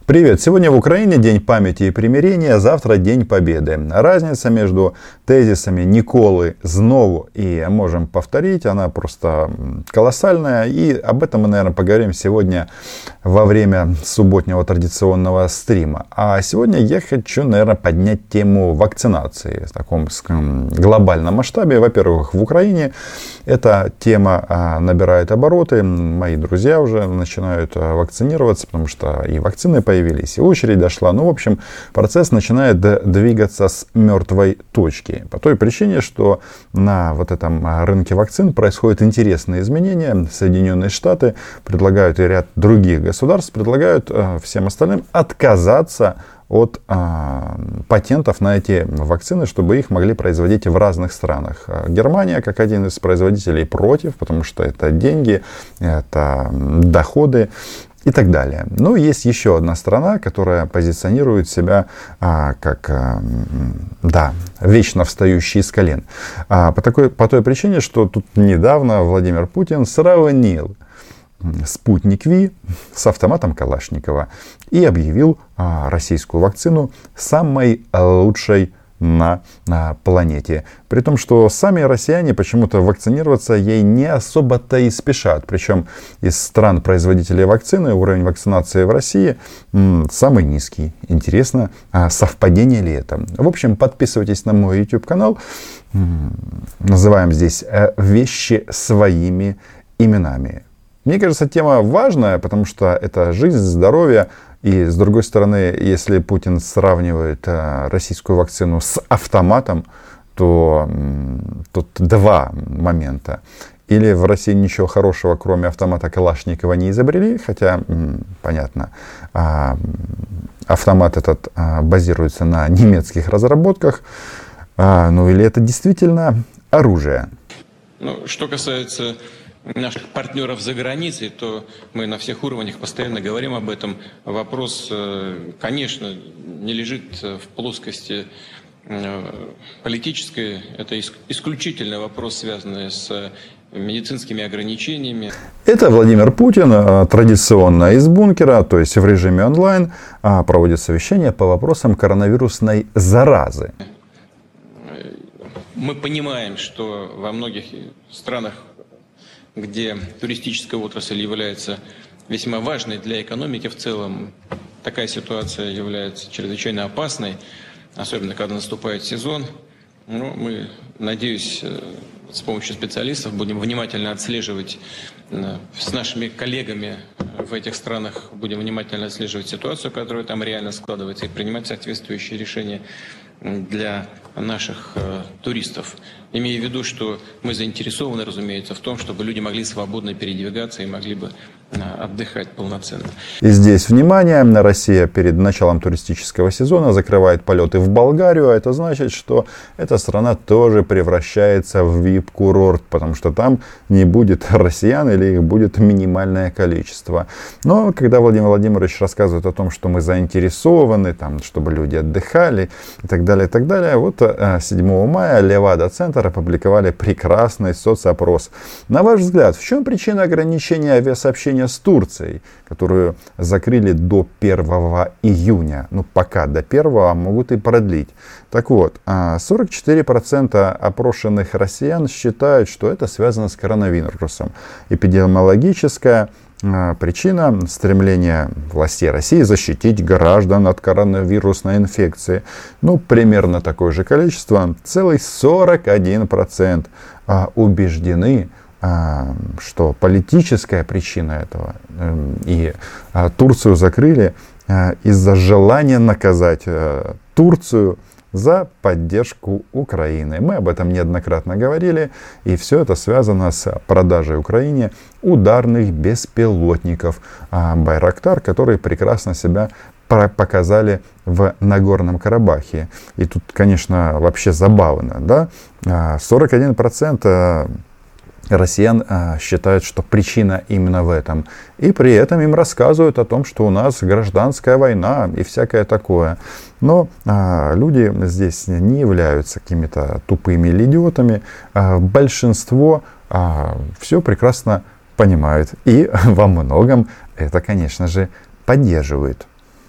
Привет! Сегодня в Украине День памяти и примирения, завтра День Победы. Разница между тезисами Николы Знову и «Можем повторить», она просто колоссальная. И об этом мы, наверное, поговорим сегодня во время субботнего традиционного стрима. А сегодня я хочу, наверное, поднять тему вакцинации в таком глобальном масштабе. Во-первых, в Украине эта тема набирает обороты. Мои друзья уже начинают вакцинироваться, потому что и вакцины появились, и очередь дошла. Ну, в общем, процесс начинает двигаться с мертвой точки. По той причине, что на вот этом рынке вакцин происходят интересные изменения. Соединенные Штаты предлагают, и ряд других государств предлагают всем остальным отказаться от патентов на эти вакцины, чтобы их могли производить в разных странах. Германия, как один из производителей, против, потому что это деньги, это доходы и так далее. Но есть еще одна страна, которая позиционирует себя как вечно встающий с колен. По той причине, что тут недавно Владимир Путин сравнил Спутник Ви с автоматом Калашникова и объявил российскую вакцину самой лучшей на планете. При том, что сами россияне почему-то вакцинироваться ей не особо-то и спешат. Причем из стран-производителей вакцины уровень вакцинации в России самый низкий. Интересно, совпадение ли это? В общем, подписывайтесь на мой YouTube канал. Называем здесь вещи своими именами. Мне кажется, тема важная, потому что это жизнь, здоровье. И с другой стороны, если Путин сравнивает российскую вакцину с автоматом, то тут два момента. Или в России ничего хорошего, кроме автомата Калашникова, не изобрели, хотя, понятно, автомат этот базируется на немецких разработках. Ну или это действительно оружие. Ну, что касается наших партнеров за границей, то мы на всех уровнях постоянно говорим об этом. Вопрос, конечно, не лежит в плоскости политической. Это исключительно вопрос, связанный с медицинскими ограничениями. Это Владимир Путин традиционно из бункера, то есть в режиме онлайн, проводит совещание по вопросам коронавирусной заразы. Мы понимаем, что во многих странах, где туристическая отрасль является весьма важной для экономики в целом, такая ситуация является чрезвычайно опасной, особенно когда наступает сезон. Но мы, надеюсь, с помощью специалистов будем внимательно отслеживать, с нашими коллегами в этих странах будем внимательно отслеживать ситуацию, которая там реально складывается, и принимать соответствующие решения для наших туристов. Имея в виду, что мы заинтересованы, разумеется, в том, чтобы люди могли свободно передвигаться и могли бы отдыхать полноценно. И здесь, внимание, Россия перед началом туристического сезона закрывает полеты в Болгарию. А это значит, что эта страна тоже превращается в VIP-курорт, потому что там не будет россиян или их будет минимальное количество. Но когда Владимир Владимирович рассказывает о том, что мы заинтересованы, там, чтобы люди отдыхали и так далее, вот 7 мая Левада-центр опубликовали прекрасный соцопрос. На ваш взгляд, в чем причина ограничения авиасообщения с Турцией, которую закрыли до 1 июня? Ну, пока до 1 могут и продлить. Так вот, 44% опрошенных россиян считают, что это связано с коронавирусом. Эпидемиологическая причина — стремление властей России защитить граждан от коронавирусной инфекции. Ну, примерно такое же количество, целый 41% убеждены, что политическая причина этого, и Турцию закрыли из-за желания наказать Турцию за поддержку Украины. Мы об этом неоднократно говорили, и все это связано с продажей Украине ударных беспилотников Байрактар, которые прекрасно себя показали в Нагорном Карабахе. И тут, конечно, вообще забавно, да? 41% россиян считают, что причина именно в этом. И при этом им рассказывают о том, что у нас гражданская война и всякое такое. Но люди здесь не являются какими-то тупыми или идиотами. Большинство все прекрасно понимают. И во многом это, конечно же, поддерживают.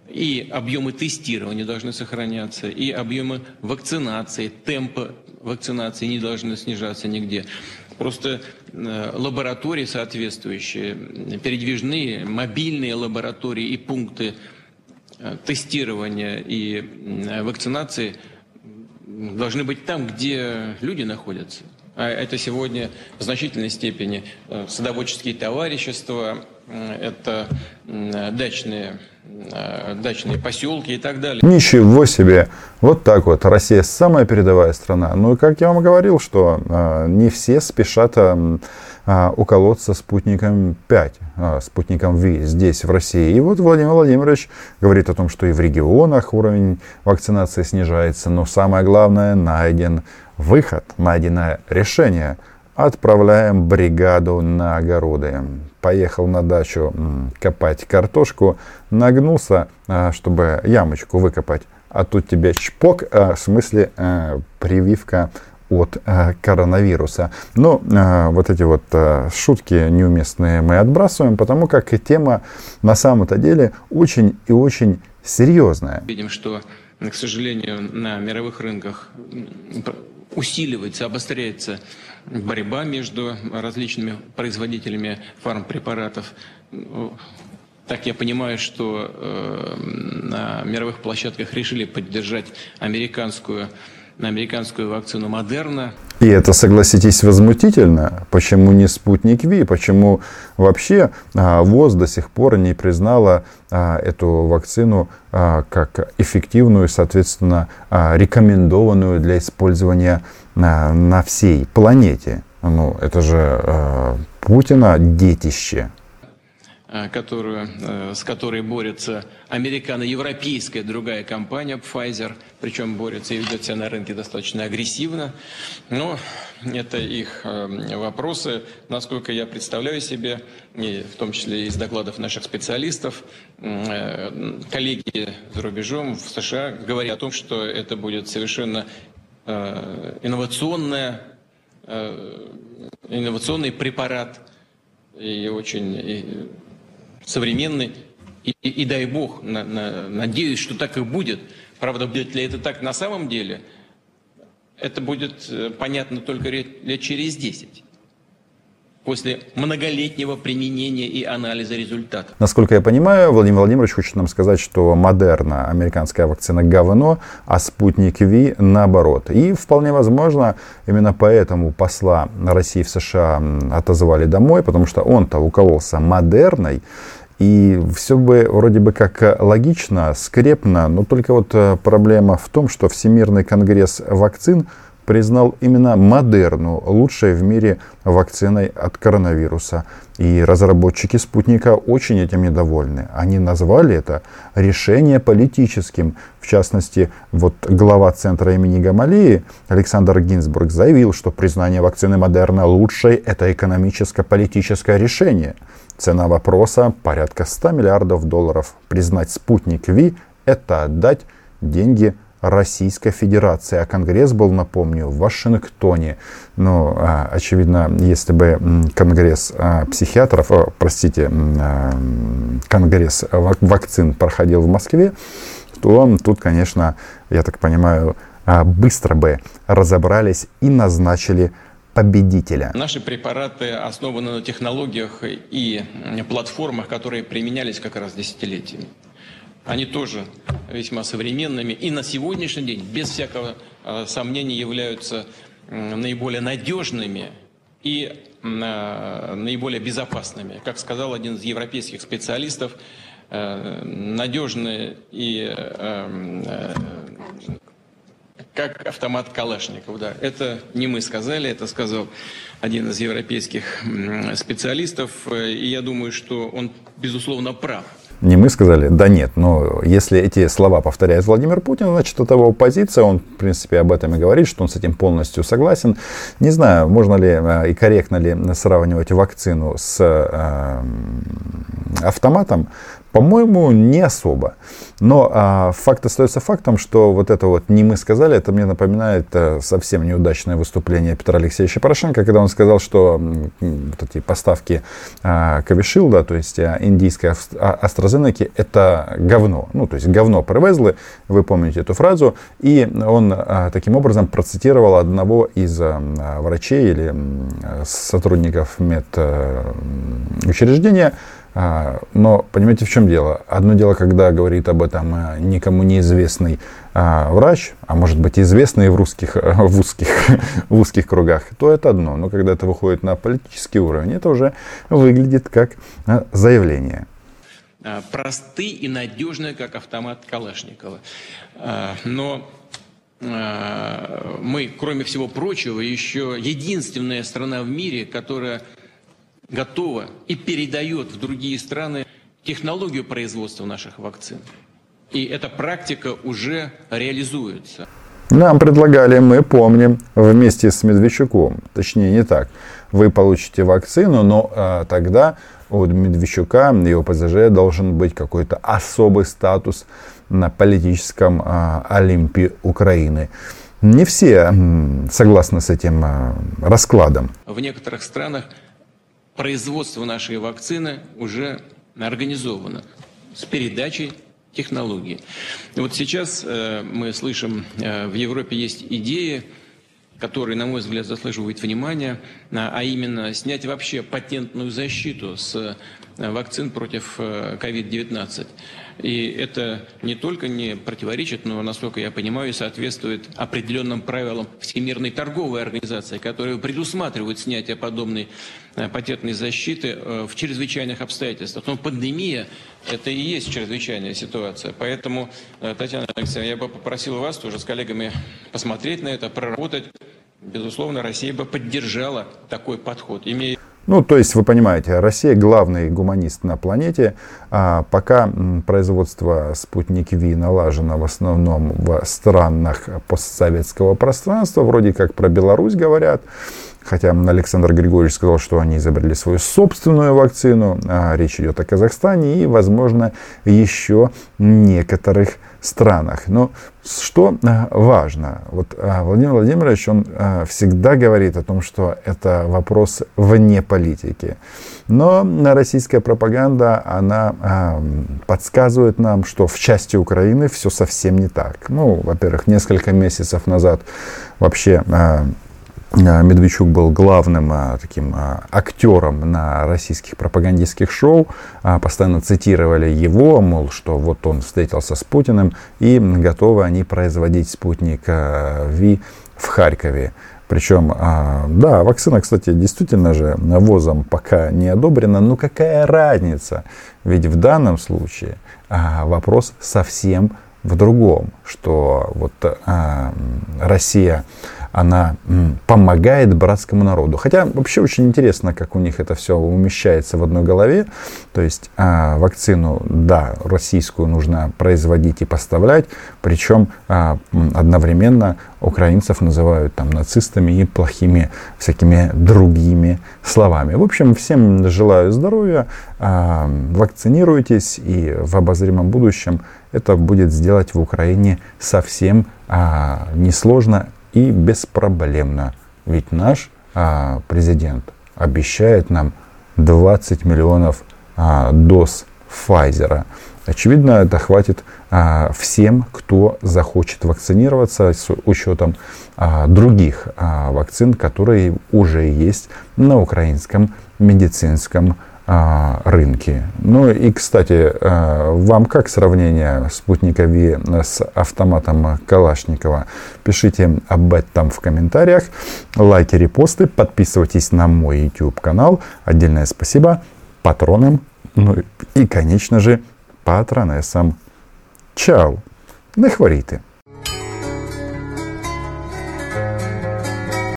и объемы тестирования должны сохраняться, и объемы вакцинации, темпы вакцинации не должны снижаться нигде. Просто лаборатории соответствующие, передвижные, мобильные лаборатории и пункты тестирования и вакцинации должны быть там, где люди находятся. А это сегодня в значительной степени садоводческие товарищества, это дачные поселки и так далее. Ничего себе! Вот так вот. Россия самая передовая страна. Ну и как я вам говорил, что не все спешат уколоться спутником 5, спутником V здесь, в России. И вот Владимир Владимирович говорит о том, что и в регионах уровень вакцинации снижается. Но самое главное, найден выход, найдено решение. Отправляем бригаду на огороды. Поехал на дачу копать картошку, нагнулся, чтобы ямочку выкопать. А тут тебе чпок, в смысле прививка от коронавируса. Но вот эти вот шутки неуместные мы отбрасываем, потому как тема на самом-то деле очень и очень серьезная. Видим, что, к сожалению, на мировых рынках усиливается, обостряется борьба между различными производителями фармпрепаратов. Так я понимаю, что на мировых площадках решили поддержать американскую вакцину Модерна. И это, согласитесь, возмутительно. Почему не спутник Ви? Почему вообще ВОЗ до сих пор не признала эту вакцину как эффективную, соответственно, рекомендованную для использования на всей планете? Ну, это же Путина детище. С которой борется американо-европейская другая компания Pfizer, причем борется и ведет себя на рынке достаточно агрессивно. Но это их вопросы. Насколько я представляю себе, и в том числе из докладов наших специалистов, коллеги за рубежом в США говорят о том, что это будет совершенно инновационный препарат и очень современный, и дай бог, надеюсь, что так и будет. Правда, будет ли это так на самом деле, это будет понятно только лет через 10, после многолетнего применения и анализа результатов. Насколько я понимаю, Владимир Владимирович хочет нам сказать, что Модерна, американская вакцина, говно, а спутник Ви наоборот. И вполне возможно, именно поэтому посла России в США отозвали домой, потому что он-то укололся Модерной. И все бы вроде бы как логично, скрепно, но только вот проблема в том, что Всемирный конгресс вакцин признал именно Модерну лучшей в мире вакциной от коронавируса. И разработчики спутника очень этим недовольны. Они назвали это решение политическим. В частности, вот глава центра имени Гамалеи Александр Гинзбург заявил, что признание вакцины Модерна лучшей — это экономическо-политическое решение. Цена вопроса порядка $100 миллиардов. Признать спутник Ви — это отдать деньги Российской Федерации. А Конгресс был, напомню, в Вашингтоне. Ну, очевидно, если бы Конгресс психиатров, Конгресс вакцин проходил в Москве, то тут, конечно, я так понимаю, быстро бы разобрались и назначили победителя. Наши препараты основаны на технологиях и платформах, которые применялись как раз десятилетиями. Они тоже весьма современными и на сегодняшний день, без всякого сомнения, являются наиболее надежными и наиболее безопасными. Как сказал один из европейских специалистов, надежные и как автомат Калашников. Да. Это не мы сказали, это сказал один из европейских специалистов. И я думаю, что он, безусловно, прав. Не мы сказали? Да нет. Но если эти слова повторяет Владимир Путин, значит, это его позиция. Он, в принципе, об этом и говорит, что он с этим полностью согласен. Не знаю, можно ли и корректно ли сравнивать вакцину с автоматом. По-моему, не особо. Но факт остается фактом, что вот это вот «не мы сказали», это мне напоминает совсем неудачное выступление Петра Алексеевича Порошенко, когда он сказал, что вот эти поставки Covishield, то есть индийской AstraZeneca, это говно. Ну, то есть говно привезли, вы помните эту фразу. И он таким образом процитировал одного из врачей или сотрудников медучреждения. Но понимаете, в чем дело? Одно дело, когда говорит об этом никому неизвестный врач, а может быть известный в узких кругах, то это одно. Но когда это выходит на политический уровень, это уже выглядит как заявление. Просты и надежны, как автомат Калашникова. Но мы, кроме всего прочего, еще единственная страна в мире, которая готова и передает в другие страны технологию производства наших вакцин. И эта практика уже реализуется. Нам предлагали, мы помним, вместе с Медведчуком. Точнее, не так. Вы получите вакцину, но тогда у Медведчука и ОПЗЖ должен быть какой-то особый статус на политическом Олимпе Украины. Не все согласны с этим раскладом. В некоторых странах производство нашей вакцины уже организовано с передачей технологии. Вот сейчас мы слышим, в Европе есть идеи, которые, на мой взгляд, заслуживают внимания, а именно снять вообще патентную защиту с вакцин против COVID-19. И это не только не противоречит, но, насколько я понимаю, соответствует определенным правилам Всемирной торговой организации, которые предусматривают снятие подобной патентной защиты в чрезвычайных обстоятельствах. Но пандемия – это и есть чрезвычайная ситуация. Поэтому, Татьяна Алексеевна, я бы попросил вас тоже с коллегами посмотреть на это, проработать. Безусловно, Россия бы поддержала такой подход. Ну, то есть, вы понимаете, Россия главный гуманист на планете. Пока производство «Спутник Ви» налажено в основном в странах постсоветского пространства, вроде как про Беларусь говорят. Хотя Александр Григорьевич сказал, что они изобрели свою собственную вакцину. Речь идет о Казахстане и, возможно, еще некоторых странах. Но что важно, вот Владимир Владимирович, он всегда говорит о том, что это вопрос вне политики. Но российская пропаганда, она подсказывает нам, что в части Украины все совсем не так. Ну, во-первых, несколько месяцев назад вообще Медведчук был главным таким актером на российских пропагандистских шоу. Постоянно цитировали его, мол, что вот он встретился с Путиным и готовы они производить спутник Ви в Харькове. Причем, да, вакцина, кстати, действительно же ВОЗом пока не одобрена, но какая разница? Ведь в данном случае вопрос совсем в другом, что вот Россия, она помогает братскому народу. Хотя вообще очень интересно, как у них это все умещается в одной голове. То есть вакцину, да, российскую нужно производить и поставлять, причем одновременно украинцев называют там нацистами и плохими всякими другими словами. В общем, всем желаю здоровья, вакцинируйтесь, и в обозримом будущем это будет сделать в Украине совсем несложно и беспроблемно. Ведь наш президент обещает нам 20 миллионов доз Pfizer. Очевидно, это хватит всем, кто захочет вакцинироваться, с учетом других вакцин, которые уже есть на украинском медицинском рынке. Ну и, кстати, вам как сравнение спутника Ви с автоматом Калашникова? Пишите об этом в комментариях, лайки, репосты, подписывайтесь на мой YouTube канал. Отдельное спасибо патронам, ну и, конечно же, патронессам. Чао! Не хворійте!